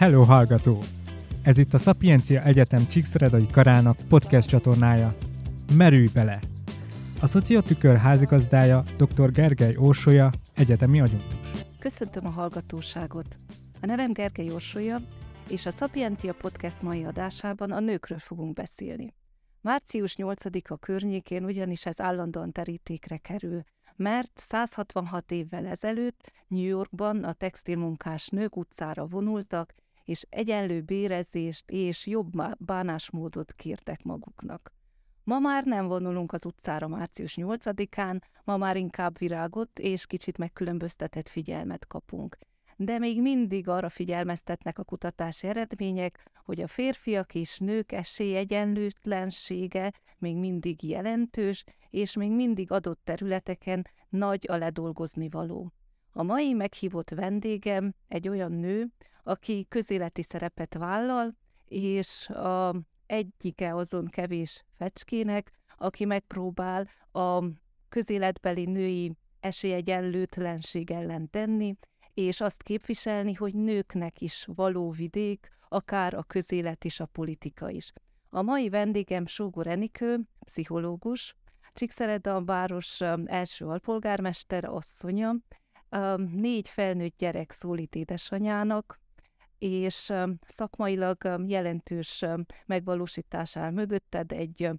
Hello hallgató! Ez itt a Szapiencia Egyetem Csíkszeredai Karának podcast csatornája. Merülj bele! A Szociotükör házigazdája dr. Gergely Orsolya, egyetemi adjunktus. Köszöntöm a hallgatóságot! A nevem Gergely Orsolya, és a Szapiencia podcast mai adásában a nőkről fogunk beszélni. Március 8-a környékén ugyanis ez állandóan terítékre kerül, mert 166 évvel ezelőtt New Yorkban a textilmunkás nők utcára vonultak, és egyenlő bérezést és jobb bánásmódot kértek maguknak. Ma már nem vonulunk az utcára március 8-án, ma már inkább virágot és kicsit megkülönböztetett figyelmet kapunk. De még mindig arra figyelmeztetnek a kutatási eredmények, hogy a férfiak és nők esélyegyenlőtlensége még mindig jelentős, és még mindig adott területeken nagy a ledolgozni való. A mai meghívott vendégem egy olyan nő, aki közéleti szerepet vállal, és egyike azon kevés fecskének, aki megpróbál a közéletbeli női esélyegyenlőtlenség ellen tenni, és azt képviselni, hogy nőknek is való vidék, akár a közélet és a politika is. A mai vendégem Sógor Enikő, pszichológus, Csíkszeredaváros első alpolgármester asszonya, 4 felnőtt gyerek szólít édesanyának, és szakmailag jelentős megvalósítás áll mögötted, egy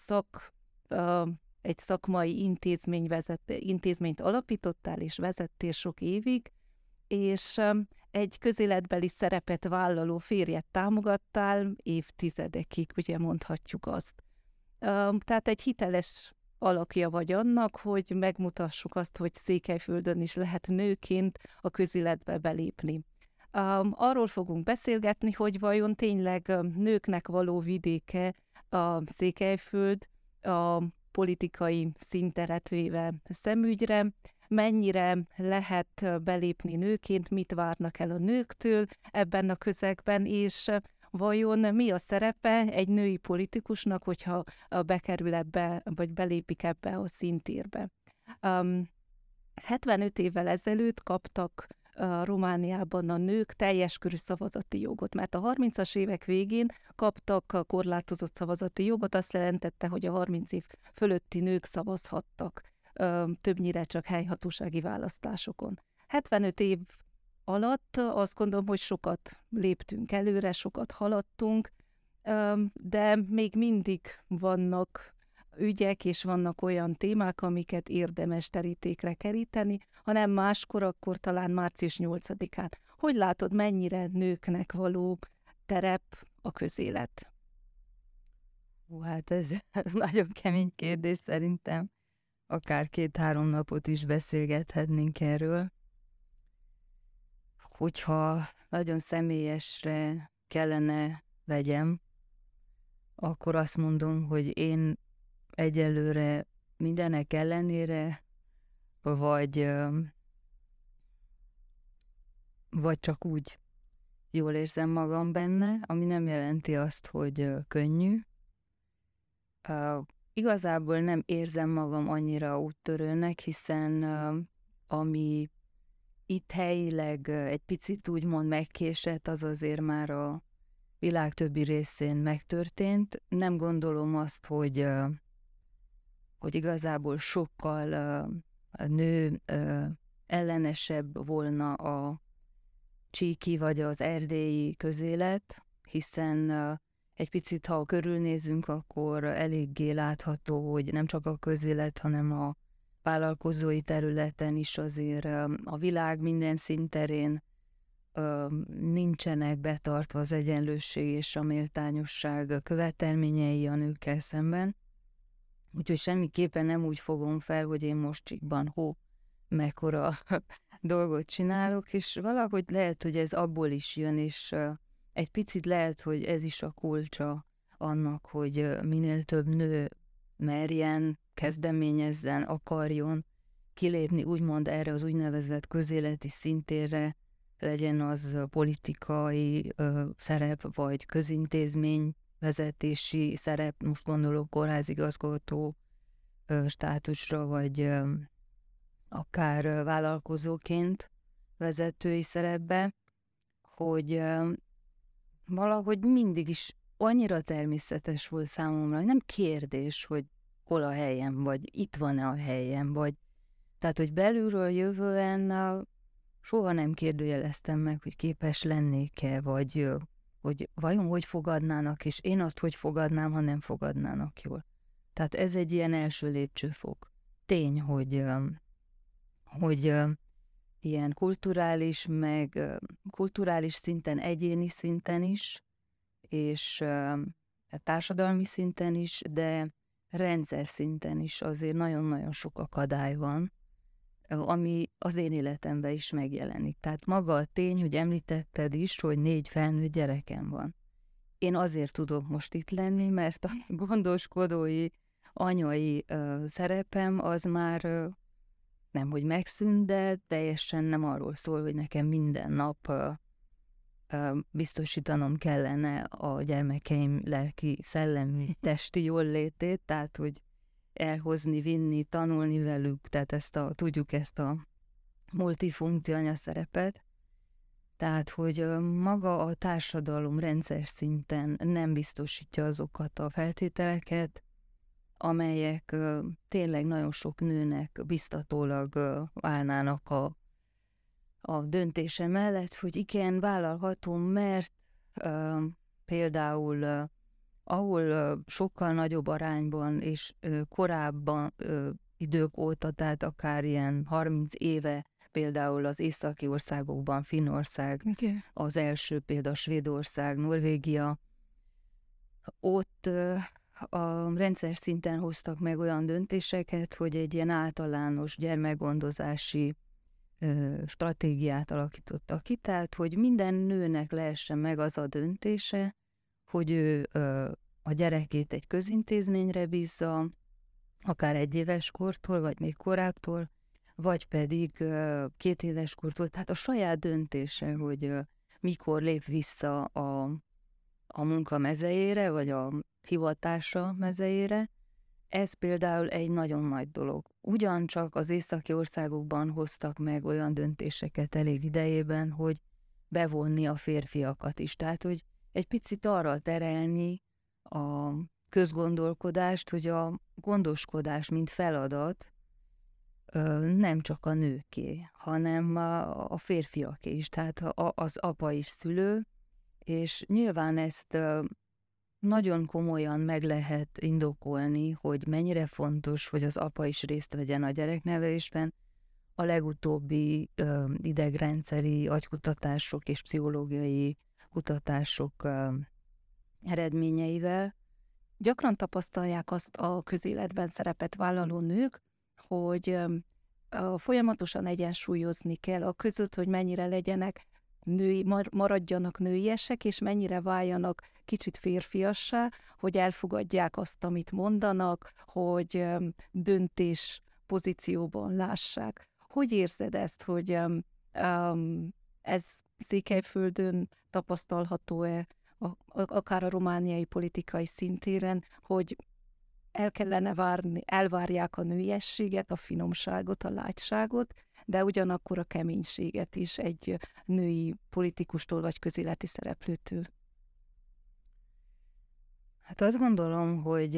szakmai intézményt alapítottál és vezettél sok évig, és egy közéletbeli szerepet vállaló férjet támogattál évtizedekig, ugye mondhatjuk azt. Tehát egy hiteles alakja vagy annak, hogy megmutassuk azt, hogy Székelyföldön is lehet nőként a közéletbe belépni. Arról fogunk beszélgetni, hogy vajon tényleg nőknek való vidéke a Székelyföld a politikai színteret véve szemügyre, mennyire lehet belépni nőként, mit várnak el a nőktől ebben a közegben, és vajon mi a szerepe egy női politikusnak, hogyha bekerül ebbe, vagy belépik ebbe a színtérbe. 75 évvel ezelőtt kaptak Romániában a nők teljes körű szavazati jogot, mert a 30-as évek végén kaptak korlátozott szavazati jogot, azt jelentette, hogy a 30 év fölötti nők szavazhattak, többnyire csak helyhatósági választásokon. 75 év alatt azt gondolom, hogy sokat léptünk előre, sokat haladtunk, de még mindig vannak ügyek, és vannak olyan témák, amiket érdemes terítékre keríteni, ha nem máskor, akkor talán március 8-án. Hogy látod, mennyire nőknek való terep a közélet? Hát ez nagyon kemény kérdés szerintem. Akár 2-3 napot is beszélgethetnénk erről. Hogyha nagyon személyesre kellene vegyem, akkor azt mondom, hogy én egyelőre mindenek ellenére, vagy csak úgy jól érzem magam benne, ami nem jelenti azt, hogy könnyű. Igazából nem érzem magam annyira úttörőnek, hiszen ami itt helyileg egy picit úgymond megkésett, az azért már a világ többi részén megtörtént. Nem gondolom azt, hogy igazából sokkal nő ellenesebb volna a csíki vagy az erdélyi közélet, hiszen egy picit, ha körülnézünk, akkor eléggé látható, hogy nem csak a közélet, hanem a vállalkozói területen is azért a világ minden színterén nincsenek betartva az egyenlőség és a méltányosság követelményei a nőkkel szemben. Úgyhogy semmiképpen nem úgy fogom fel, hogy én most Csíkban mekkora dolgot csinálok, és valahogy lehet, hogy ez abból is jön, és egy picit lehet, hogy ez is a kulcsa annak, hogy minél több nő merjen, kezdeményezzen, akarjon kilépni úgymond erre az úgynevezett közéleti szintérre, legyen az politikai szerep, vagy közintézmény vezetési szerep, most gondolok kórházigazgató státusra, vagy akár vállalkozóként vezetői szerepbe, hogy valahogy mindig is annyira természetes volt számomra, hogy nem kérdés, hogy hol a helyem, vagy itt van-e a helyem, vagy tehát, hogy belülről jövően soha nem kérdőjeleztem meg, hogy képes lennék-e, vagy hogy vajon hogy fogadnának, és én azt hogy fogadnám, ha nem fogadnának jól. Tehát ez egy ilyen első lépcsőfok. Tény, hogy ilyen kulturális, meg kulturális szinten, egyéni szinten is, és társadalmi szinten is, de rendszer szinten is azért nagyon-nagyon sok akadály van, ami az én életemben is megjelenik. Tehát maga a tény, hogy említetted is, hogy 4 felnőtt gyerekem van. Én azért tudok most itt lenni, mert a gondoskodói, anyai szerepem az már nem, hogy megszűnt, de teljesen nem arról szól, hogy nekem minden nap biztosítanom kellene a gyermekeim lelki, szellemi, testi jóllétét, tehát hogy elhozni, vinni, tanulni velük, tehát tudjuk ezt a multifunkció anyaszerepet, tehát hogy maga a társadalom rendszer szinten nem biztosítja azokat a feltételeket, amelyek tényleg nagyon sok nőnek biztatólag állnának a döntése mellett, hogy igen, vállalhatom, mert például ahol sokkal nagyobb arányban és korábban idők óta, tehát akár ilyen 30 éve, például az északi országokban, Finnország, okay. Az első például Svédország, Norvégia, ott a rendszer szinten hoztak meg olyan döntéseket, hogy egy ilyen általános gyermekgondozási stratégiát alakítottak ki, tehát hogy minden nőnek lehessen meg az a döntése, hogy ő a gyerekét egy közintézményre bízza, akár 1 éves kortól, vagy még korábbtól, vagy pedig 2 éves kortól, tehát a saját döntése, hogy mikor lép vissza a munka mezejére, vagy a hivatása mezejére, ez például egy nagyon nagy dolog. Ugyancsak az északi országokban hoztak meg olyan döntéseket elég idejében, hogy bevonni a férfiakat is. Tehát, hogy egy picit arra terelni a közgondolkodást, hogy a gondoskodás, mint feladat nem csak a nőké, hanem a férfiaké is. Tehát az apa is szülő, és nyilván ezt nagyon komolyan meg lehet indokolni, hogy mennyire fontos, hogy az apa is részt vegyen a gyereknevelésben. A legutóbbi idegrendszeri agykutatások és pszichológiai kutatások eredményeivel. Gyakran tapasztalják azt a közéletben szerepet vállaló nők, hogy folyamatosan egyensúlyozni kell a között, hogy mennyire legyenek maradjanak nőiesek, és mennyire váljanak kicsit férfiassá, hogy elfogadják azt, amit mondanak, hogy döntés pozícióban lássák. Hogy érzed ezt, hogy ez Székelyföldön tapasztalható-e, akár a romániai politikai szintéren, hogy elvárják a nőiességet, a finomságot, a lágyságot, de ugyanakkor a keménységet is egy női politikustól vagy közéleti szereplőtől? Hát azt gondolom, hogy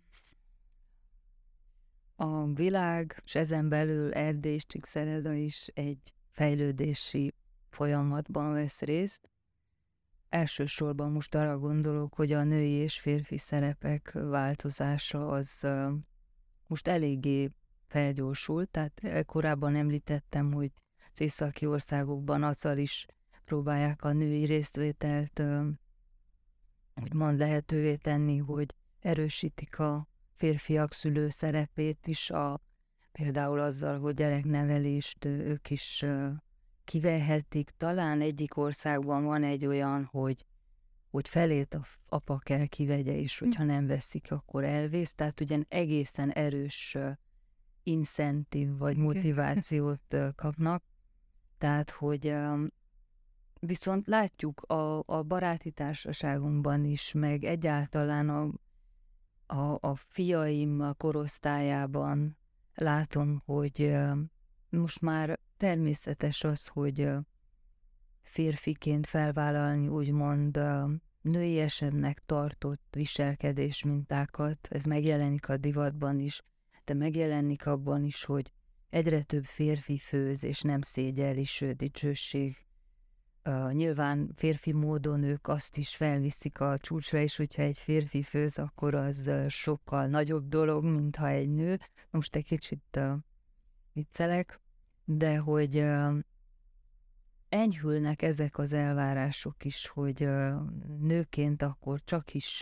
a világ, és ezen belül Erdély és Csíkszereda is egy fejlődési folyamatban vesz részt. Elsősorban most arra gondolok, hogy a női és férfi szerepek változása az most eléggé felgyorsult, tehát korábban említettem, hogy az északi országokban azzal is próbálják a női résztvételt úgymond lehetővé tenni, hogy erősítik a férfiak szülő szerepét is, például azzal, hogy gyereknevelést ők is kivehetik. Talán egyik országban van egy olyan, hogy felét a apa kell kivegye, és hogyha nem veszik, akkor elvész. Tehát ugyan egészen erős incentív vagy motivációt kapnak. Tehát, hogy viszont látjuk a baráti társaságunkban is, meg egyáltalán a fiaim korosztályában látom, hogy most már természetes az, hogy férfiként felvállalni úgymond nőiesebbnek tartott viselkedés mintákat. Ez megjelenik a divatban is, de megjelenik abban is, hogy egyre több férfi főz, és nem szégyelli, sőt dicsőség. Nyilván férfi módon ők azt is felviszik a csúcsra, és hogyha egy férfi főz, akkor az sokkal nagyobb dolog, mint ha egy nő. Most egy kicsit viccelek, de hogy enyhülnek ezek az elvárások is, hogy nőként akkor csak is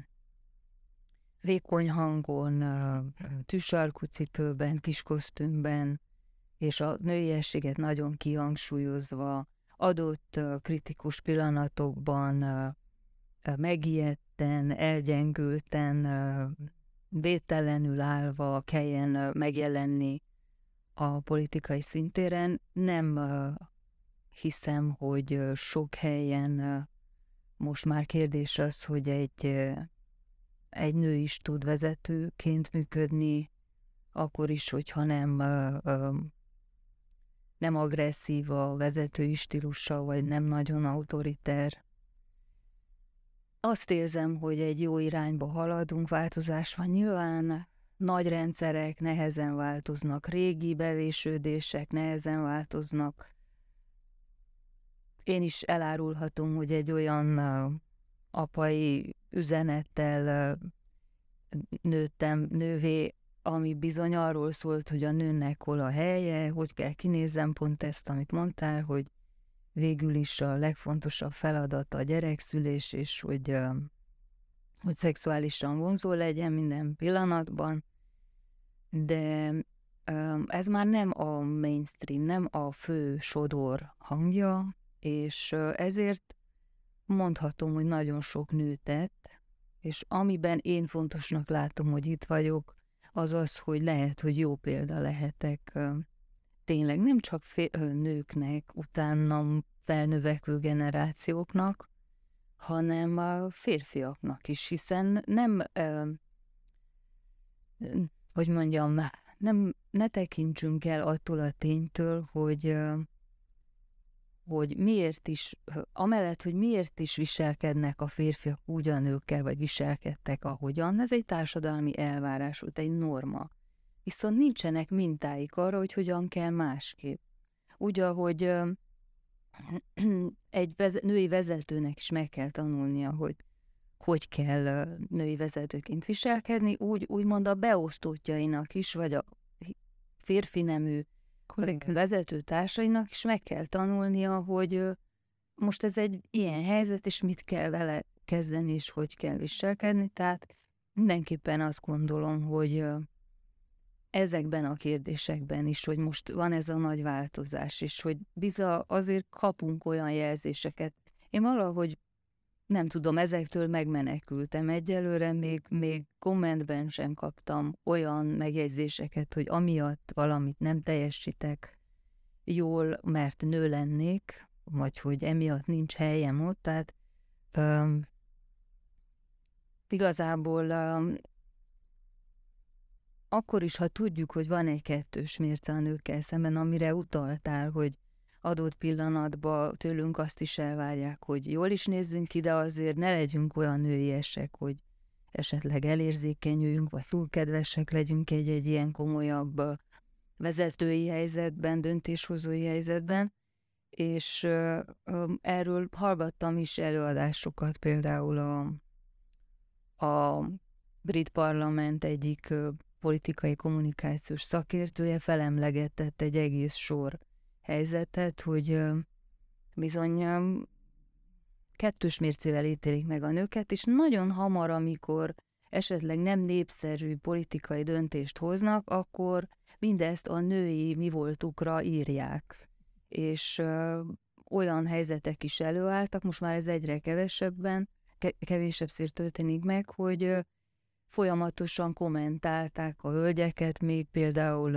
vékony hangon, tűsarkú cipőben, kiskosztümben, és a nőiességet nagyon kihangsúlyozva, adott kritikus pillanatokban megijedten, elgyengülten, védtelenül állva kelljen megjelenni a politikai szintéren. Nem hiszem, hogy sok helyen most már kérdés az, hogy egy nő is tud vezetőként működni, akkor is, hogyha nem agresszív a vezetői stílusa, vagy nem nagyon autoriter. Azt érzem, hogy egy jó irányba haladunk, változás van. Nyilván nagy rendszerek nehezen változnak, régi bevésődések nehezen változnak. Én is elárulhatom, hogy egy olyan apai üzenettel nőttem nővé, ami bizony arról szólt, hogy a nőnek hol a helye, hogy kell kinézzem, pont ezt, amit mondtál, hogy végül is a legfontosabb feladata a gyerekszülés, és hogy szexuálisan vonzó legyen minden pillanatban, de ez már nem a mainstream, nem a fő sodor hangja, és ezért mondhatom, hogy nagyon sok nő tett, és amiben én fontosnak látom, hogy itt vagyok, az az, hogy lehet, hogy jó példa lehetek tényleg nem csak nőknek, utánam felnövekvő generációknak, hanem a férfiaknak is, hiszen nem, hogy mondjam, ne tekintsünk el attól a ténytől, hogy miért is, amellett, hogy miért is viselkednek a férfiak úgy a nőkkel, vagy viselkedtek ahogyan, ez egy társadalmi elvárás volt, egy norma. Viszont nincsenek mintáik arra, hogy hogyan kell másképp. Úgy, ahogy egy női vezetőnek is meg kell tanulnia, hogy kell női vezetőként viselkedni, úgymond a beosztottjainak is, vagy a férfi nemű vezetőtársainak is meg kell tanulnia, hogy most ez egy ilyen helyzet, és mit kell vele kezdeni, és hogy kell viselkedni. Tehát mindenképpen azt gondolom, hogy ezekben a kérdésekben is, hogy most van ez a nagy változás, és hogy azért kapunk olyan jelzéseket. Én valahogy nem tudom, ezektől megmenekültem egyelőre, még kommentben sem kaptam olyan megjegyzéseket, hogy amiatt valamit nem teljesítek jól, mert nő lennék, vagy hogy emiatt nincs helyem ott. Tehát igazából akkor is, ha tudjuk, hogy van egy kettős mérce a nőkkel szemben, amire utaltál, hogy adott pillanatban tőlünk azt is elvárják, hogy jól is nézzünk ki, de azért ne legyünk olyan nőiesek, hogy esetleg elérzékenyüljünk, vagy túl kedvesek legyünk egy ilyen komolyabb vezetői helyzetben, döntéshozói helyzetben, és erről hallgattam is előadásokat, például a brit parlament egyik politikai kommunikációs szakértője felemlegetett egy egész sor helyzetet, hogy bizony kettős mércével ítélik meg a nőket, és nagyon hamar, amikor esetleg nem népszerű politikai döntést hoznak, akkor mindezt a női mi voltukra írják. És olyan helyzetek is előálltak, most már ez egyre kevésebbször történik meg, hogy folyamatosan kommentálták a hölgyeket, még például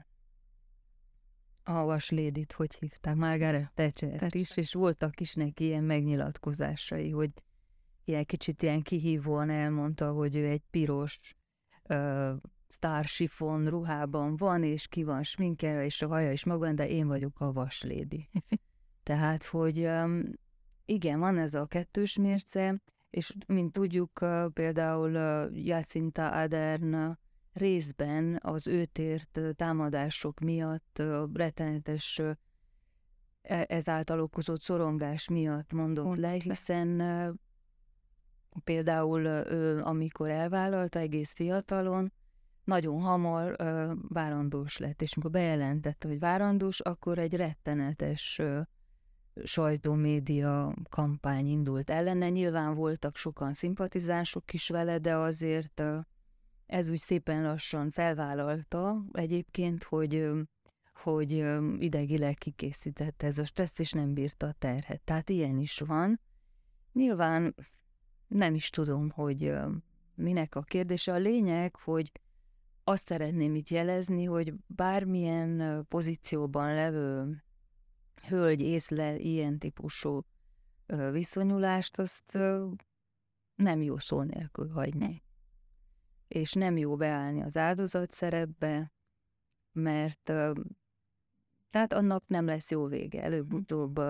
a vaslédit, hogy hívták, Margaret Thatchert is, és voltak is neki ilyen megnyilatkozásai, hogy kicsit ilyen kihívóan elmondta, hogy ő egy piros sztársifon ruhában van, és ki van sminkelve, és a haja is magban, de én vagyok a vaslédi. Tehát, hogy igen, van ez a kettős mérce, és mint tudjuk, például Jacinta Ardern részben az őt ért támadások miatt, rettenetes ezáltal okozott szorongás miatt mondott le, hiszen például ő, amikor elvállalta egész fiatalon, nagyon hamar várandós lett, és amikor bejelentette, hogy várandós, akkor egy rettenetes sajtómédia kampány indult ellene. Nyilván voltak sokan szimpatizánsok is vele, de azért ez úgy szépen lassan felvállalta egyébként, hogy idegileg kikészítette ez a stressz, és nem bírta a terhet. Tehát ilyen is van. Nyilván nem is tudom, hogy minek a kérdése. A lényeg, hogy azt szeretném itt jelezni, hogy bármilyen pozícióban levő hölgy észlel ilyen típusú viszonyulást, azt nem jó szó nélkül hagyni. És nem jó beállni az áldozat szerepbe, mert tehát annak nem lesz jó vége. Előbb-utóbb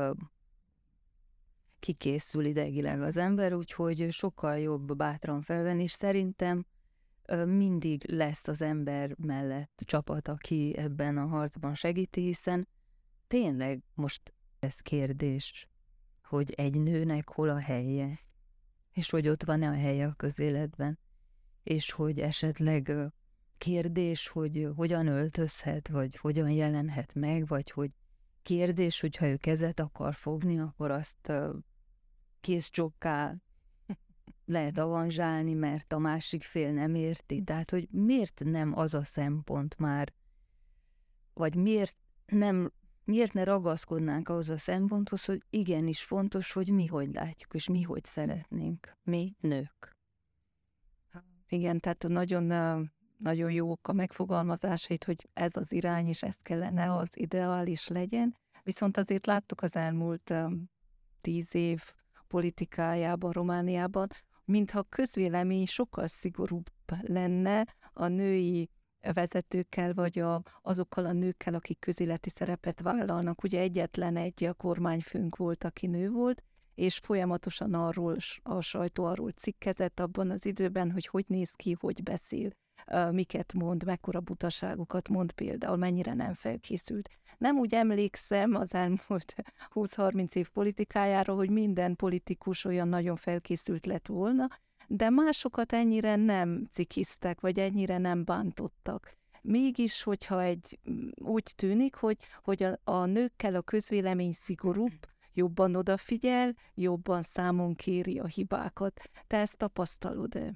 kikészül idegileg az ember, úgyhogy sokkal jobb bátran felvenni, és szerintem mindig lesz az ember mellett csapat, aki ebben a harcban segíti, hiszen tényleg most ez kérdés, hogy egy nőnek hol a helye, és hogy ott van-e a helye a közéletben, és hogy esetleg kérdés, hogy hogyan öltözhet, vagy hogyan jelenhet meg, vagy hogy kérdés, hogyha ő kezet akar fogni, akkor azt kézcsokká lehet avanzsálni, mert a másik fél nem érti. Tehát, hogy miért nem az a szempont már, vagy miért ne ragaszkodnánk ahhoz a szemponthoz, hogy igenis fontos, hogy mi hogy látjuk, és mi hogy szeretnénk. Mi nők. Igen, tehát nagyon jók a megfogalmazásait, hogy ez az irány, és ez kellene az ideális legyen. Viszont azért láttuk az elmúlt 10 év politikájában, Romániában, mintha a közvélemény sokkal szigorúbb lenne a női vezetőkkel, vagy azokkal a nőkkel, akik közéleti szerepet vállalnak. Ugye egyetlen egy kormányfőnk volt, aki nő volt, és folyamatosan a sajtó arról cikkezett abban az időben, hogy néz ki, hogy beszél, miket mond, mekkora butaságokat mond például, mennyire nem felkészült. Nem úgy emlékszem az elmúlt 20-30 év politikájára, hogy minden politikus olyan nagyon felkészült lett volna, de másokat ennyire nem cikiztek, vagy ennyire nem bántottak. Mégis, hogyha úgy tűnik, hogy a nőkkel a közvélemény szigorúbb, jobban odafigyel, jobban számon kéri a hibákat. Te ezt tapasztalod-e?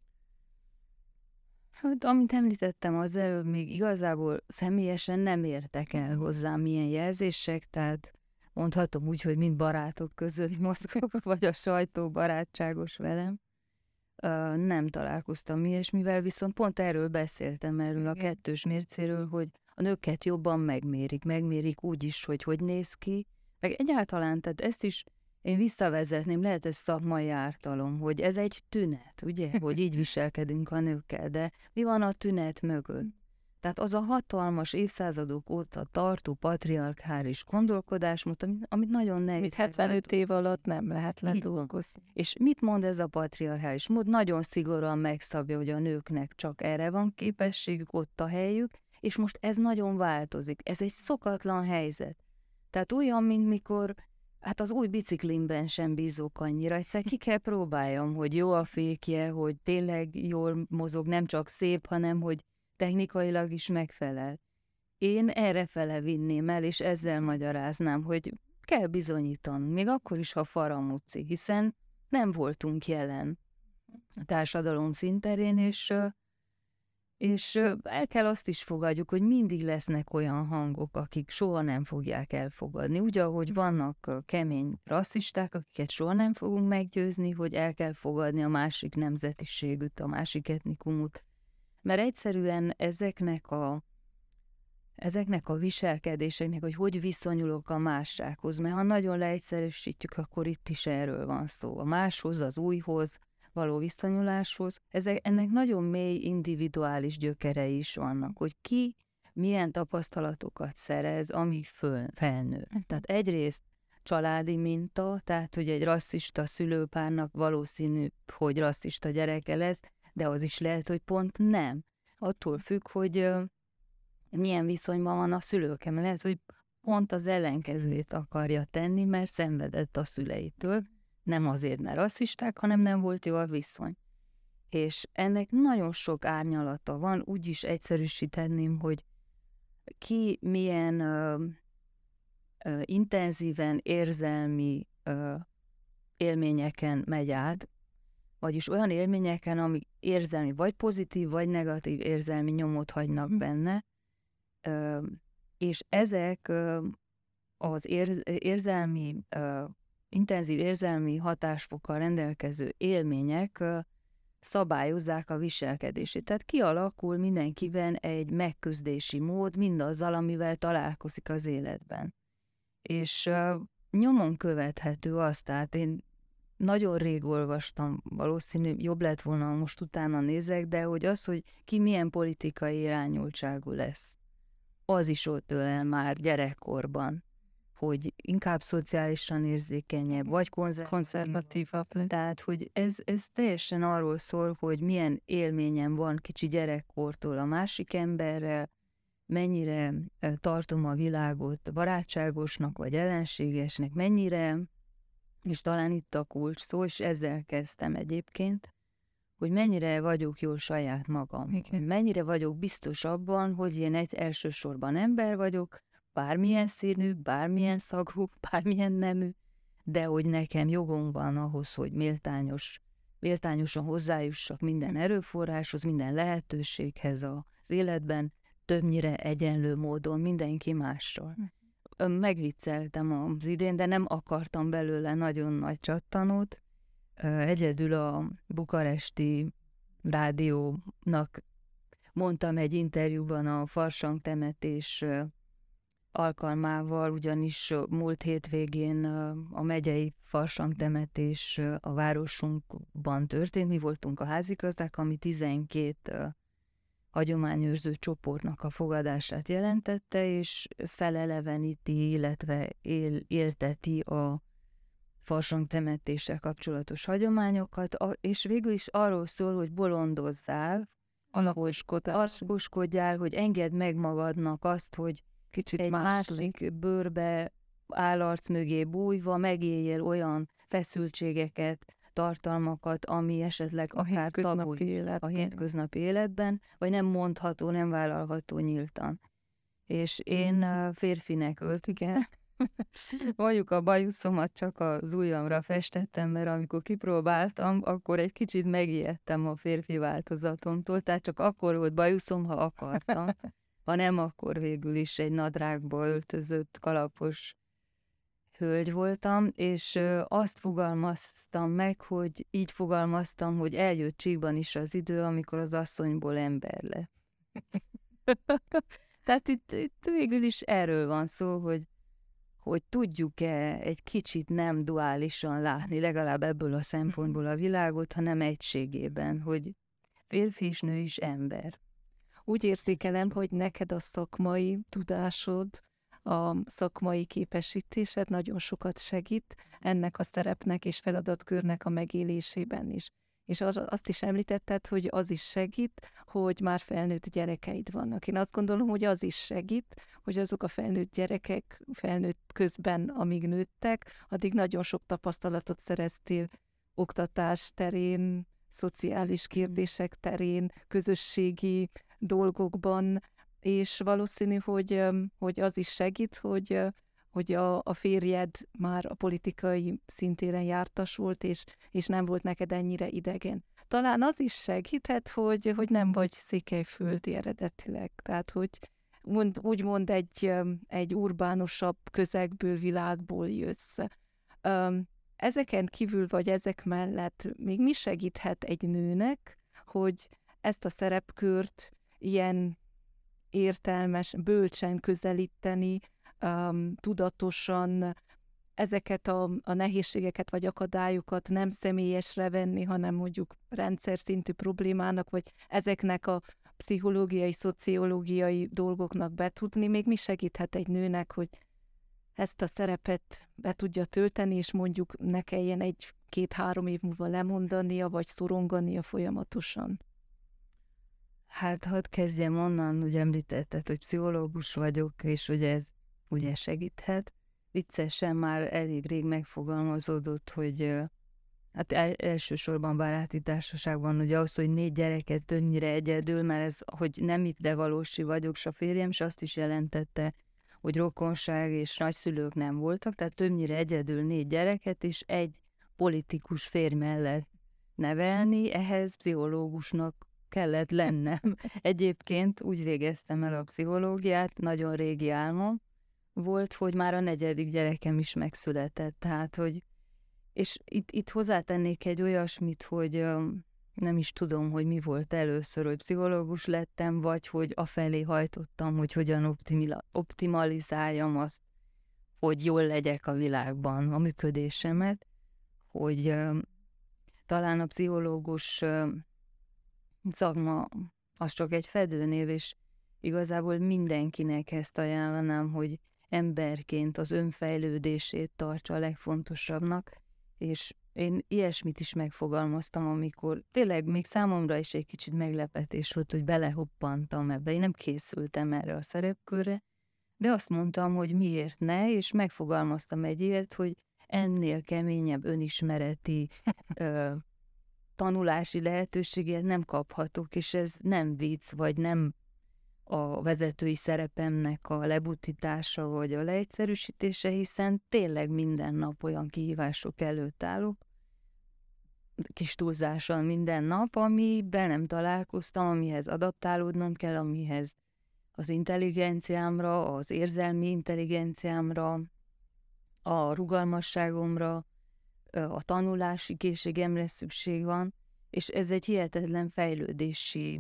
Hát, amit említettem az előbb, még igazából személyesen nem értek el hozzám ilyen jelzések, tehát mondhatom úgy, hogy mind barátok között mozgok, vagy a sajtó barátságos velem. Nem találkoztam ilyesmivel, viszont pont erről beszéltem, erről a kettős mércéről, hogy a nőket jobban megmérik úgy is, hogy néz ki, meg egyáltalán, tehát ezt is én visszavezetném, lehet ez szakmai ártalom, hogy ez egy tünet, ugye, hogy így viselkedünk a nőkkel, de mi van a tünet mögött? Tehát az a hatalmas évszázadok óta tartó patriarchális gondolkodásmód, amit nagyon nehéz. Mit 75 év alatt nem lehet ledolgozni. És mit mond ez a patriarchális mód? Nagyon szigorúan megszabja, hogy a nőknek csak erre van képességük, ott a helyük, és most ez nagyon változik. Ez egy szokatlan helyzet. Tehát olyan, mint mikor hát az új biciklimben sem bízok annyira, egyszer ki kell próbáljam, hogy jó a fékje, hogy tényleg jól mozog, nem csak szép, hanem hogy technikailag is megfelel. Én errefele vinném el, és ezzel magyaráznám, hogy kell bizonyítanunk, még akkor is, ha faramúci, hiszen nem voltunk jelen a társadalom színterén, és el kell azt is fogadjuk, hogy mindig lesznek olyan hangok, akik soha nem fogják elfogadni. Úgy, ahogy vannak kemény rasszisták, akiket soha nem fogunk meggyőzni, hogy el kell fogadni a másik nemzetiségűt, a másik etnikumot. Mert egyszerűen ezeknek a viselkedéseknek, hogy viszonyulok a mássághoz, mert ha nagyon leegyszerűsítjük, akkor itt is erről van szó. A máshoz, az újhoz való viszonyuláshoz, ennek nagyon mély individuális gyökerei is vannak, hogy ki milyen tapasztalatokat szerez, amíg felnő. Tehát egyrészt családi minta, tehát hogy egy rasszista szülőpárnak valószínű, hogy rasszista gyereke lesz, de az is lehet, hogy pont nem. Attól függ, hogy milyen viszonyban van a szülőkkel. Lehet, hogy pont az ellenkezőjét akarja tenni, mert szenvedett a szüleitől. Nem azért, mert rasszisták, hanem nem volt jó a viszony. És ennek nagyon sok árnyalata van, úgy is egyszerűsíteném, hogy ki milyen intenzíven érzelmi élményeken megy át, vagyis olyan élményeken, amik érzelmi, vagy pozitív, vagy negatív érzelmi nyomot hagynak benne, és ezek az érzelmi, intenzív érzelmi hatásfokkal rendelkező élmények szabályozzák a viselkedését. Tehát kialakul mindenkiben egy megküzdési mód mindazzal, amivel találkozik az életben. És nyomon követhető az, tehát én nagyon rég olvastam, valószínű jobb lett volna, most utána nézek, de hogy az, hogy ki milyen politikai irányultságú lesz, az is ott dől el már gyerekkorban, hogy inkább szociálisan érzékenyebb, vagy konzervatívabb. Tehát, hogy ez teljesen arról szól, hogy milyen élményem van kicsi gyerekkortól a másik emberrel, mennyire tartom a világot barátságosnak, vagy ellenségesnek, mennyire, és talán itt a kulcs szó, és ezzel kezdtem egyébként, hogy mennyire vagyok jól saját magam. Igen. Mennyire vagyok biztos abban, hogy én elsősorban ember vagyok, bármilyen színű, bármilyen szagú, bármilyen nemű, de hogy nekem jogom van ahhoz, hogy méltányosan hozzájussak minden erőforráshoz, minden lehetőséghez az életben, többnyire egyenlő módon mindenki mással. Megvicceltem az idén, de nem akartam belőle nagyon nagy csattanót. Egyedül a bukaresti rádiónak mondtam egy interjúban a farsangtemetés alkalmával, ugyanis múlt hétvégén a megyei farsangtemetés a városunkban történt. Mi voltunk a házigazdák, ami 12 hagyományőrző csoportnak a fogadását jelentette, és feleleveníti, illetve élteti a farsangtemetéssel kapcsolatos hagyományokat, és végül is arról szól, hogy bolondozzál, alakoskodjál, hogy engedd meg magadnak azt, hogy kicsit egy másik bőrbe állarc mögé bújva megéljél olyan feszültségeket, tartalmakat, ami esetleg akár tabu a hétköznapi életben, vagy nem mondható, nem vállalható nyíltan. És én férfinek öltöztem. Mondjuk a bajuszomat csak az ujjamra festettem, mert amikor kipróbáltam, akkor egy kicsit megijedtem a férfi változatomtól, tehát csak akkor volt bajuszom, ha akartam. Ha nem, akkor végül is egy nadrágba öltözött, kalapos hölgy voltam, és azt fogalmaztam meg, hogy így fogalmaztam, hogy eljött Csíkban is az idő, amikor az asszonyból ember lett. Tehát itt végül is erről van szó, hogy tudjuk-e egy kicsit nem duálisan látni, legalább ebből a szempontból a világot, hanem egységében, hogy férfi és nő is ember. Úgy érzékelem, hogy neked a szakmai tudásod, a szakmai képesítésed nagyon sokat segít ennek a szerepnek és feladatkörnek a megélésében is. És azt is említetted, hogy az is segít, hogy már felnőtt gyerekeid vannak. Én azt gondolom, hogy az is segít, hogy azok a felnőtt gyerekek felnőtt közben, amíg nőttek, addig nagyon sok tapasztalatot szereztél oktatás terén, szociális kérdések terén, közösségi dolgokban, és valószínű, hogy az is segít, hogy a férjed már a politikai szintéren jártas volt, és nem volt neked ennyire idegen. Talán az is segíthet, hogy nem vagy székelyföldi eredetileg. Tehát, hogy úgymond egy urbánusabb közegből, világból jössz. Ezeken kívül, vagy ezek mellett még mi segíthet egy nőnek, hogy ezt a szerepkört ilyen értelmes, bölcsen közelíteni, tudatosan ezeket a nehézségeket vagy akadályokat nem személyesre venni, hanem mondjuk rendszer szintű problémának, vagy ezeknek a pszichológiai, szociológiai dolgoknak betudni, még mi segíthet egy nőnek, hogy ezt a szerepet be tudja tölteni, és mondjuk ne kelljen 1-2-3 év múlva lemondania, vagy szorongania folyamatosan? Hát hadd kezdjem onnan, hogy említetted, hogy pszichológus vagyok, és ugye ez ugye segíthet. Viccesen már elég rég megfogalmazódott, hogy hát elsősorban baráti társaságban, ugye az, hogy 4 gyereket többnyire egyedül, mert ez, hogy nem itt, de valósi vagyok, s a férjem, és azt is jelentette, hogy rokonság és nagyszülők nem voltak, tehát többnyire egyedül 4 gyereket, és egy politikus férj mellett nevelni, ehhez pszichológusnak kellett lennem. Egyébként úgy végeztem el a pszichológiát, nagyon régi álmom volt, hogy már a 4. gyerekem is megszületett, tehát, hogy és itt hozzátennék egy olyasmit, hogy nem is tudom, hogy mi volt először, hogy pszichológus lettem, vagy hogy afelé hajtottam, hogy hogyan optimalizáljam azt, hogy jól legyek a világban, a működésemet, hogy talán a pszichológus szakma az csak egy fedőnév, és igazából mindenkinek ezt ajánlanám, hogy emberként az önfejlődését tartsa a legfontosabbnak, és én ilyesmit is megfogalmaztam, amikor tényleg még számomra is egy kicsit meglepetés volt, hogy belehoppantam ebbe. Én nem készültem erre a szerepkörre, de azt mondtam, hogy miért ne, és megfogalmaztam egy ilyet, hogy ennél keményebb önismereti tanulási lehetőséget nem kaphatok, és ez nem vicc, vagy nem a vezetői szerepemnek a lebutítása, vagy a leegyszerűsítése, hiszen tényleg minden nap olyan kihívások előtt állok, kis túlzással minden nap, amiben nem találkoztam, amihez adaptálódnom kell, amihez az intelligenciámra, az érzelmi intelligenciámra, a rugalmasságomra, a tanulási készségemre szükség van, és ez egy hihetetlen fejlődési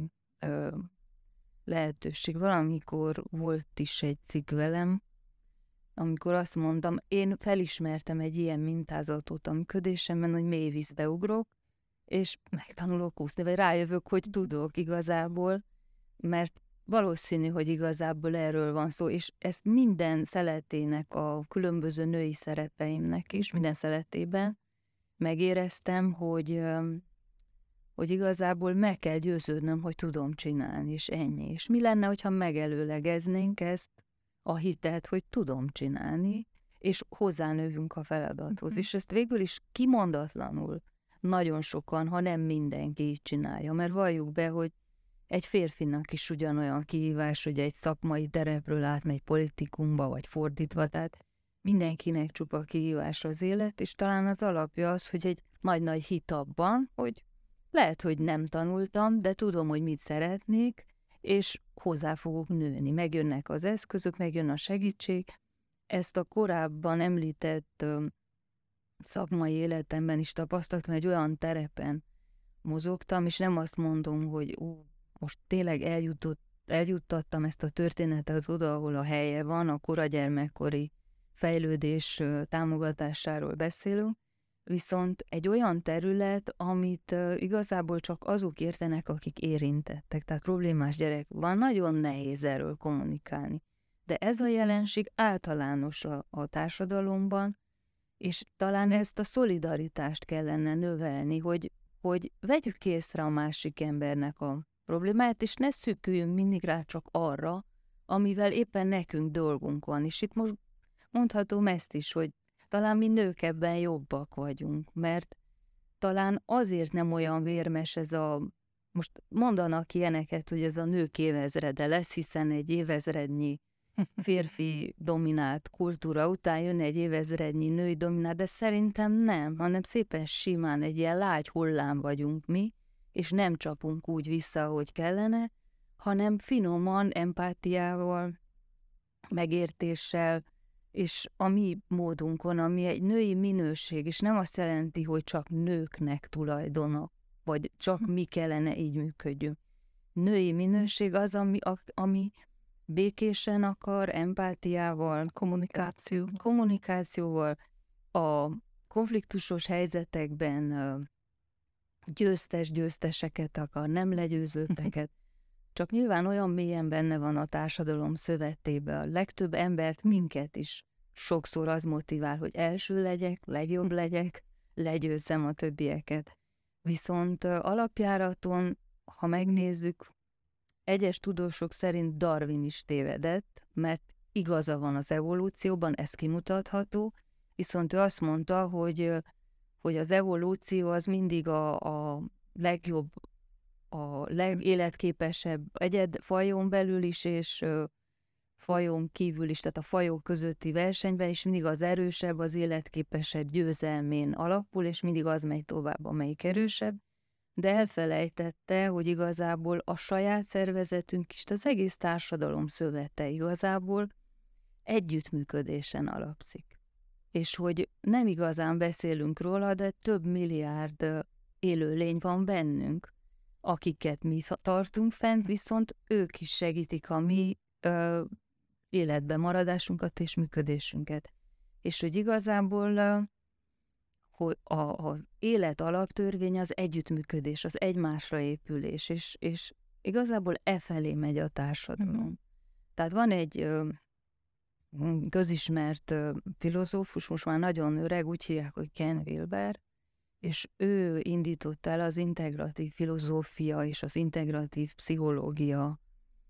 lehetőség. Valamikor volt is egy cikk velem, amikor azt mondtam, én felismertem egy ilyen mintázatot a működésemben, hogy mély vízbe ugrok, és megtanulok úszni, vagy rájövök, hogy tudok igazából, mert valószínű, hogy igazából erről van szó, és ezt minden szeletének, a különböző női szerepeimnek is, minden szeletében megéreztem, hogy igazából meg kell győződnöm, hogy tudom csinálni, és ennyi. És mi lenne, hogyha megelőlegeznénk ezt a hitet, hogy tudom csinálni, és hozzánövünk a feladathoz. És ezt végül is kimondatlanul nagyon sokan, ha nem mindenki így csinálja, mert valljuk be, hogy egy férfinak is ugyanolyan kihívás, hogy egy szakmai terepről átmegy politikumba, vagy fordítva, tehát mindenkinek csupa kihívás az élet, és talán az alapja az, hogy egy nagy-nagy hit abban, hogy lehet, hogy nem tanultam, de tudom, hogy mit szeretnék, és hozzá fogok nőni. Megjönnek az eszközök, megjön a segítség. Ezt a korábban említett szakmai életemben is tapasztaltam, egy olyan terepen mozogtam, és nem azt mondom, hogy most tényleg eljuttattam ezt a történetet oda, ahol a helye van, a koragyermekkori fejlődés támogatásáról beszélünk, viszont egy olyan terület, amit igazából csak azok értenek, akik érintettek, tehát problémás gyerek van, nagyon nehéz erről kommunikálni. De ez a jelenség általános a társadalomban, és talán ezt a szolidaritást kellene növelni, hogy vegyük észre a másik embernek a problémáját, és ne szűküljünk mindig rá csak arra, amivel éppen nekünk dolgunk van. És itt most mondhatom ezt is, hogy talán mi nők ebben jobbak vagyunk, mert talán azért nem olyan vérmes ez most mondanak ilyeneket, hogy ez a nők évezrede lesz, hiszen egy évezrednyi férfi dominált kultúra után jön egy évezrednyi női dominált, de szerintem nem, hanem szépen simán egy ilyen lágy hullám vagyunk mi, és nem csapunk úgy vissza, ahogy kellene, hanem finoman, empátiával, megértéssel, és a mi módunkon, ami egy női minőség, és nem azt jelenti, hogy csak nőknek tulajdonok, vagy csak mi kellene így működjünk. Női minőség az, ami békésen akar, empátiával, kommunikációval, a konfliktusos helyzetekben győzteseket akar, nem legyőzötteket. Csak nyilván olyan mélyen benne van a társadalom szövetében. A legtöbb embert, minket is sokszor az motivál, hogy első legyek, legjobb legyek, legyőzzem a többieket. Viszont alapjáraton, ha megnézzük, egyes tudósok szerint Darwin is tévedett, mert igaza van az evolúcióban, ez kimutatható, viszont ő azt mondta, hogy az evolúció az mindig a legjobb, a legéletképesebb egyed fajon belül is, és fajon kívül is, tehát a fajok közötti versenyben is mindig az erősebb, az életképesebb győzelmén alapul, és mindig az megy tovább, amelyik erősebb, de elfelejtette, hogy igazából a saját szervezetünk is, az egész társadalom szövete igazából együttműködésen alapszik. És hogy nem igazán beszélünk róla, de több milliárd élőlény van bennünk, akiket mi tartunk fent, viszont ők is segítik a mi életben maradásunkat és működésünket. És hogy igazából hogy az élet alaptörvény az együttműködés, az egymásra épülés, és igazából felé megy a társadalom. Tehát van egy közismert filozófus, most már nagyon öreg, úgy hívják, hogy Ken Wilber, és ő indította el az integratív filozófia és az integratív pszichológia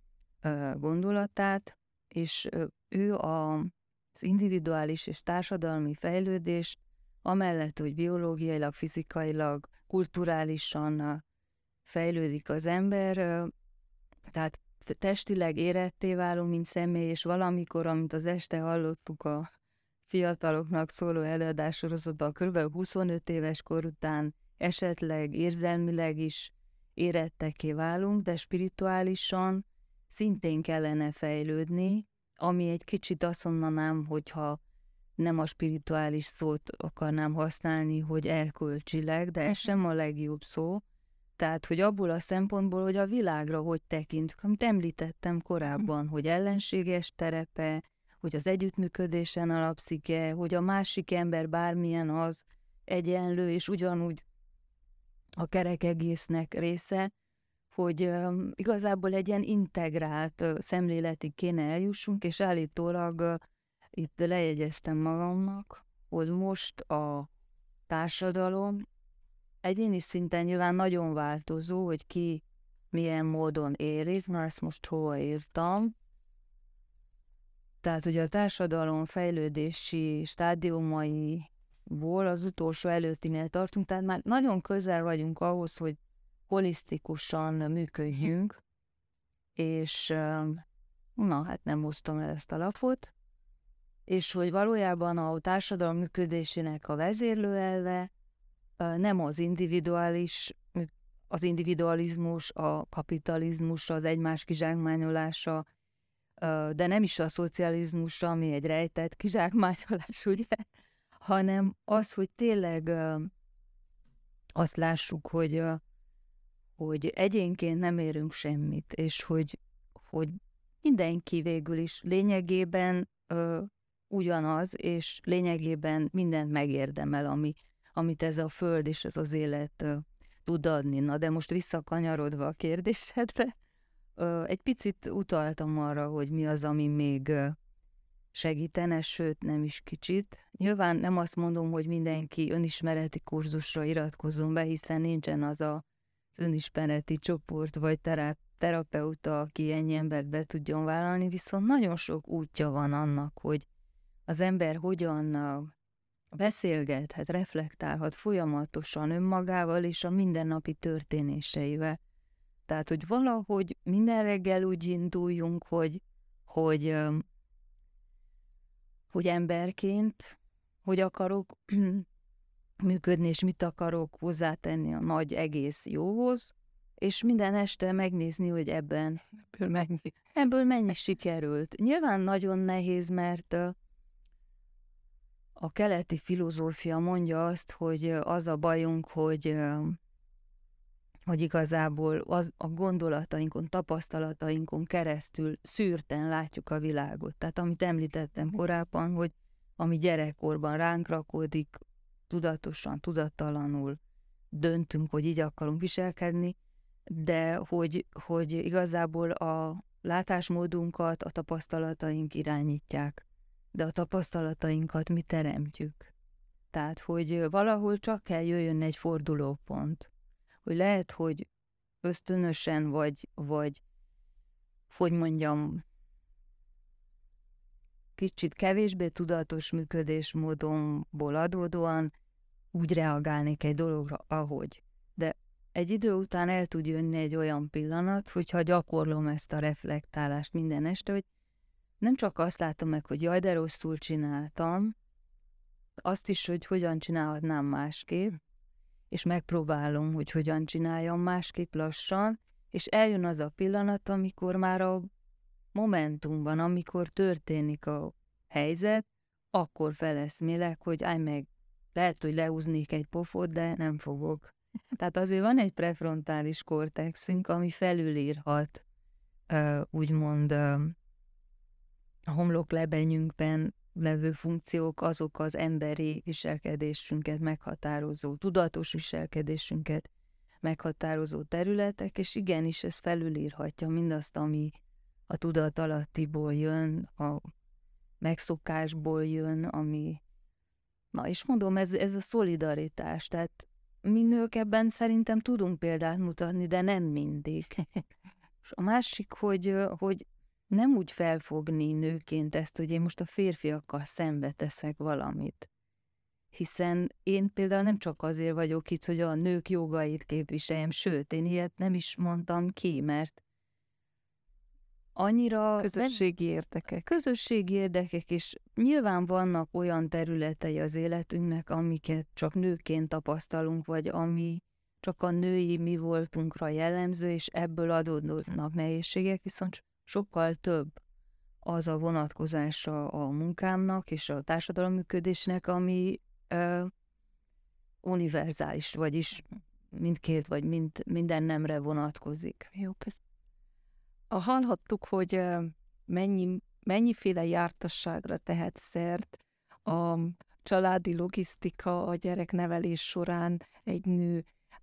gondolatát, és ő az individuális és társadalmi fejlődést, amellett, hogy biológiailag, fizikailag, kulturálisan fejlődik az ember, tehát testileg éretté válunk, mint személy, és valamikor, amit az este hallottuk a fiataloknak szóló előadássorozatban, kb. 25 éves kor után esetleg érzelmileg is éretteké válunk, de spirituálisan szintén kellene fejlődni, ami egy kicsit azt mondanám, hogyha nem a spirituális szót akarnám használni, hogy erkölcsileg, de ez sem a legjobb szó. Tehát, hogy abból a szempontból, hogy a világra hogy tekintünk, amit említettem korábban, hogy ellenséges terepe, hogy az együttműködésen alapszik-e, hogy a másik ember bármilyen az egyenlő, és ugyanúgy a kerek egésznek része, hogy igazából egy ilyen integrált szemléletig kéne eljussunk, és állítólag itt lejegyeztem magamnak, hogy most a társadalom egyéni szinten nyilván nagyon változó, hogy ki milyen módon érik, na ezt most hova írtam. Tehát, hogy a társadalom fejlődési stádiumaiból az utolsó előttinél tartunk, tehát már nagyon közel vagyunk ahhoz, hogy holisztikusan működjünk, és na, hát nem hoztam el ezt a lapot, és hogy valójában a társadalom működésének a vezérlőelve nem az individualizmus, a kapitalizmus, az egymás kizsákmányolása, de nem is a szocializmus, ami egy rejtett kizsákmányolás, ugye, hanem az, hogy tényleg azt lássuk, hogy egyénként nem érünk semmit, és hogy mindenki végül is lényegében ugyanaz, és lényegében mindent megérdemel, amit ez a föld és ez az élet tud adni. Na, de most visszakanyarodva a kérdésedre, egy picit utaltam arra, hogy mi az, ami még segítene, sőt, nem is kicsit. Nyilván nem azt mondom, hogy mindenki önismereti kurzusra iratkozzon be, hiszen nincsen az az önismereti csoport vagy terapeuta, aki ennyi embert be tudjon vállalni, viszont nagyon sok útja van annak, hogy az ember hogyan beszélgethet, reflektálhat folyamatosan önmagával és a mindennapi történéseivel. Tehát, hogy valahogy minden reggel úgy induljunk, hogy emberként, hogy akarok működni, és mit akarok hozzátenni a nagy egész jóhoz, és minden este megnézni, hogy ebből mennyi sikerült. Nyilván nagyon nehéz, mert a keleti filozófia mondja azt, hogy az a bajunk, hogy igazából a gondolatainkon, tapasztalatainkon keresztül szűrten látjuk a világot. Tehát amit említettem korábban, hogy ami gyerekkorban ránk rakódik, tudatosan, tudattalanul döntünk, hogy így akarunk viselkedni, de hogy igazából a látásmódunkat a tapasztalataink irányítják. de a tapasztalatainkat mi teremtjük. Tehát, hogy valahol csak kell jöjjön egy fordulópont, hogy lehet, hogy ösztönösen, vagy hogy mondjam, kicsit kevésbé tudatos működésmódomból adódóan úgy reagálnék egy dologra, ahogy. De egy idő után el tud jönni egy olyan pillanat, hogyha gyakorlom ezt a reflektálást minden este, hogy nem csak azt látom meg, hogy jaj, de rosszul csináltam, azt is, hogy hogyan csinálhatnám másképp, és megpróbálom, hogy hogyan csináljam másképp lassan, és eljön az a pillanat, amikor már a momentumban, amikor történik a helyzet, akkor feleszmélek, hogy állj meg, lehet, hogy lehúznék egy pofot, de nem fogok. Tehát azért van egy prefrontális kortexünk, ami felülírhat, úgymond a homloklebenyünkben levő funkciók, azok az emberi viselkedésünket meghatározó, tudatos viselkedésünket meghatározó területek, és igenis ez felülírhatja mindazt, ami a tudatalattiból jön, a megszokásból jön, ami... Na, és mondom, ez a szolidaritás, tehát mi nők ebben szerintem tudunk példát mutatni, de nem mindig. És a másik, hogy nem úgy felfogni nőként ezt, hogy én most a férfiakkal szembe teszek valamit. Hiszen én például nem csak azért vagyok itt, hogy a nők jogait képviseljem, sőt, én ilyet nem is mondtam ki, mert annyira... Közösségi érdekek, és nyilván vannak olyan területei az életünknek, amiket csak nőként tapasztalunk, vagy ami csak a női mi voltunkra jellemző, és ebből adódnak nehézségek, viszont sokkal több az a vonatkozása a munkámnak és a társadalom működésnek, ami univerzális, vagyis mindkét, vagy minden nemre vonatkozik. Jó, köszönöm. Hallhattuk, hogy mennyiféle jártasságra tehet szert a családi logisztika, a gyereknevelés során egy nő,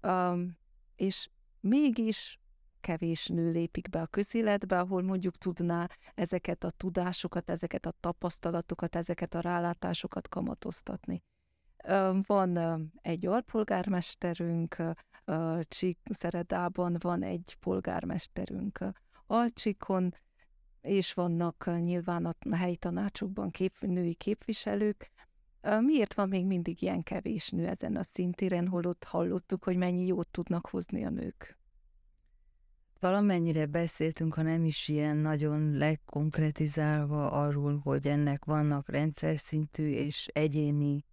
és mégis kevés nő lépik be a közéletbe, ahol mondjuk tudná ezeket a tudásokat, ezeket a tapasztalatokat, ezeket a rálátásokat kamatoztatni. Van egy alpolgármesterünk, Csíkszeredában van egy polgármesterünk Alcsikon, és vannak nyilván a helyi tanácsokban női képviselők. Miért van még mindig ilyen kevés nő ezen a szintéren, holott hallottuk, hogy mennyi jót tudnak hozni a nők? Valamennyire beszéltünk, ha nem is ilyen nagyon legkonkretizálva arról, hogy ennek vannak rendszer szintű és egyéni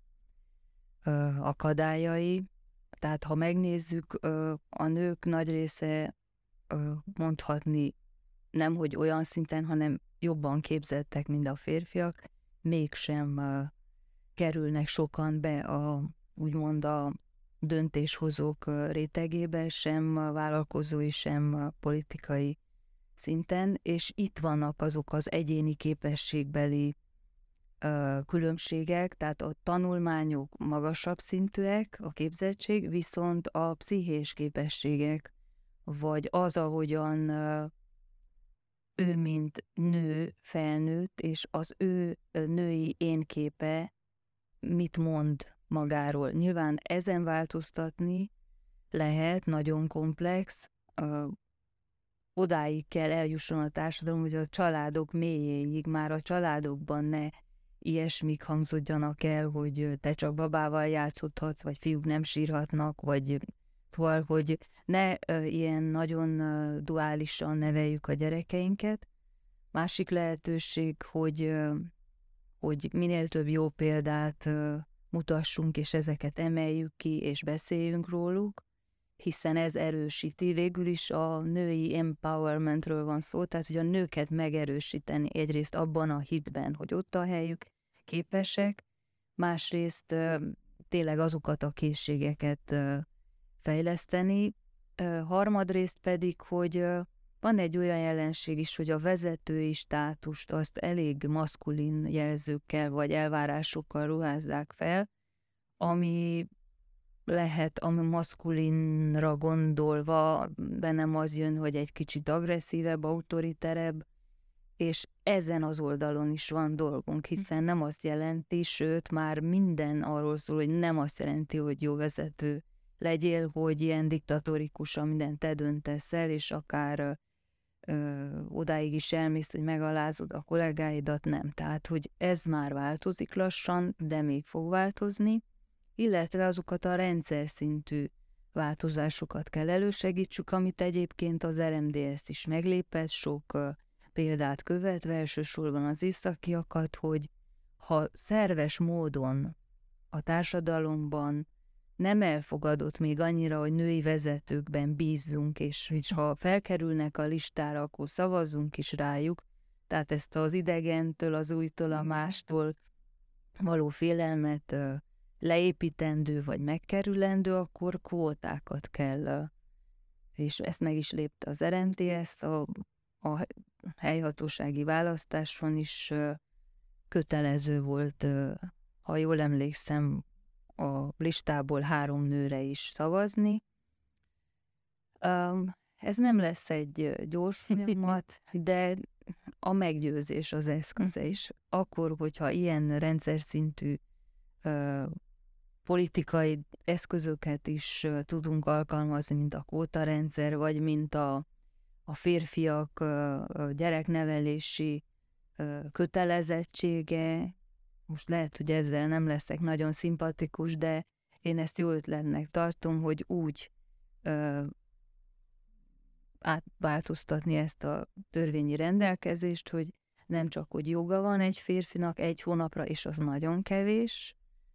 akadályai. Tehát ha megnézzük, a nők nagy része mondhatni nem, hogy olyan szinten, hanem jobban képzettek, mint a férfiak, mégsem kerülnek sokan be úgymond a döntéshozók rétegébe, sem vállalkozói, sem politikai szinten, és itt vannak azok az egyéni képességbeli különbségek, tehát a tanulmányok magasabb szintűek, a képzettség, viszont a pszichés képességek, vagy az, ahogyan ő, mint nő felnőtt, és az ő női énképe mit mond magáról. Nyilván ezen változtatni lehet, nagyon komplex, odáig kell eljusson a társadalom, hogy a családok mélyéig, már a családokban ne ilyesmik hangzódjanak el, hogy te csak babával játszódhatsz, vagy fiúk nem sírhatnak, vagy szóval, hogy ne ilyen nagyon duálisan neveljük a gyerekeinket. Másik lehetőség, hogy minél több jó példát mutassunk, és ezeket emeljük ki, és beszéljünk róluk, hiszen ez erősíti. Végül is a női empowermentről van szó, tehát hogy a nőket megerősíteni egyrészt abban a hitben, hogy ott a helyük, képesek, másrészt tényleg azokat a készségeket fejleszteni, harmadrészt pedig, hogy van egy olyan jelenség is, hogy a vezetői státust azt elég maszkulin jelzőkkel vagy elvárásokkal ruházzák fel, ami lehet, ami maszkulinra gondolva bennem az jön, hogy egy kicsit agresszívebb, autoriterebb, és ezen az oldalon is van dolgunk, hiszen nem azt jelenti, sőt, már minden arról szól, hogy nem azt jelenti, hogy jó vezető legyél, hogy ilyen diktatórikusan mindent te döntesz el, és akár odáig is elmész, hogy megalázod a kollégáidat, nem. Tehát, hogy ez már változik lassan, de még fog változni, illetve azokat a rendszer szintű változásokat kell elősegítsük, amit egyébként az RMDS is meglépett, sok példát követve, elsősorban az északiakat, hogy ha szerves módon a társadalomban nem elfogadott még annyira, hogy női vezetőkben bízzunk, és ha felkerülnek a listára, akkor szavazzunk is rájuk. Tehát ezt az idegentől, az újtól, a mástól való félelmet leépítendő vagy megkerülendő, akkor kvótákat kell. És ezt meg is lépte az RMDS, a helyhatósági választáson is kötelező volt, ha jól emlékszem, a listából 3 nőre is szavazni. Ez nem lesz egy gyors folyamat, de a meggyőzés az eszköze is. Akkor, hogyha ilyen rendszer szintű politikai eszközöket is tudunk alkalmazni, mint a kvótarendszer, vagy mint a férfiak gyereknevelési kötelezettsége. Most lehet, hogy ezzel nem leszek nagyon szimpatikus, de én ezt jó ötletnek tartom, hogy úgy átváltoztatni ezt a törvényi rendelkezést, hogy nem csak, hogy joga van egy férfinak 1 hónapra, és az nagyon kevés,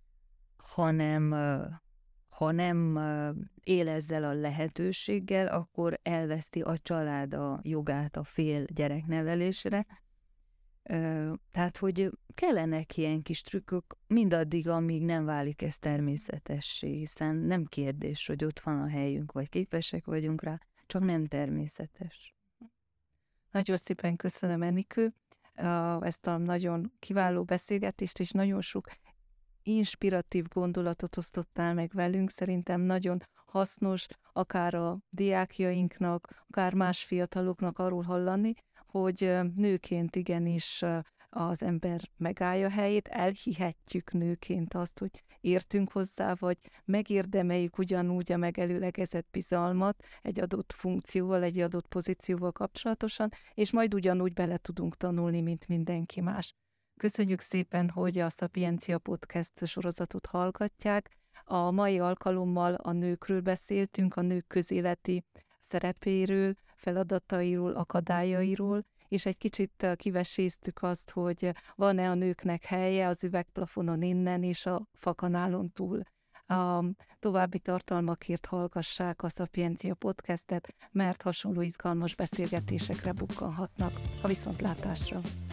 ha nem él ezzel a lehetőséggel, akkor elveszti a család a jogát a fél gyereknevelésre. Tehát, hogy kellenek ilyen kis trükkök mindaddig, amíg nem válik ez természetessé, hiszen nem kérdés, hogy ott van a helyünk, vagy képesek vagyunk rá, csak nem természetes. Nagyon szépen köszönöm, Enikő, ezt a nagyon kiváló beszélgetést, és nagyon sok inspiratív gondolatot osztottál meg velünk. Szerintem nagyon hasznos, akár a diákjainknak, akár más fiataloknak arról hallani, hogy nőként igenis az ember megállja helyét, elhihetjük nőként azt, hogy értünk hozzá, vagy megérdemeljük ugyanúgy a megelőlegezett bizalmat egy adott funkcióval, egy adott pozícióval kapcsolatosan, és majd ugyanúgy bele tudunk tanulni, mint mindenki más. Köszönjük szépen, hogy a Szapiencia Podcast sorozatot hallgatják. A mai alkalommal a nőkről beszéltünk, a nők közéleti szerepéről, feladatairól, akadályairól, és egy kicsit kiveséztük azt, hogy van-e a nőknek helye az üvegplafonon innen és a fakanálon túl. A további tartalmakért hallgassák a Szapiencia Podcastet, mert hasonló izgalmas beszélgetésekre bukkanhatnak. A viszontlátásra!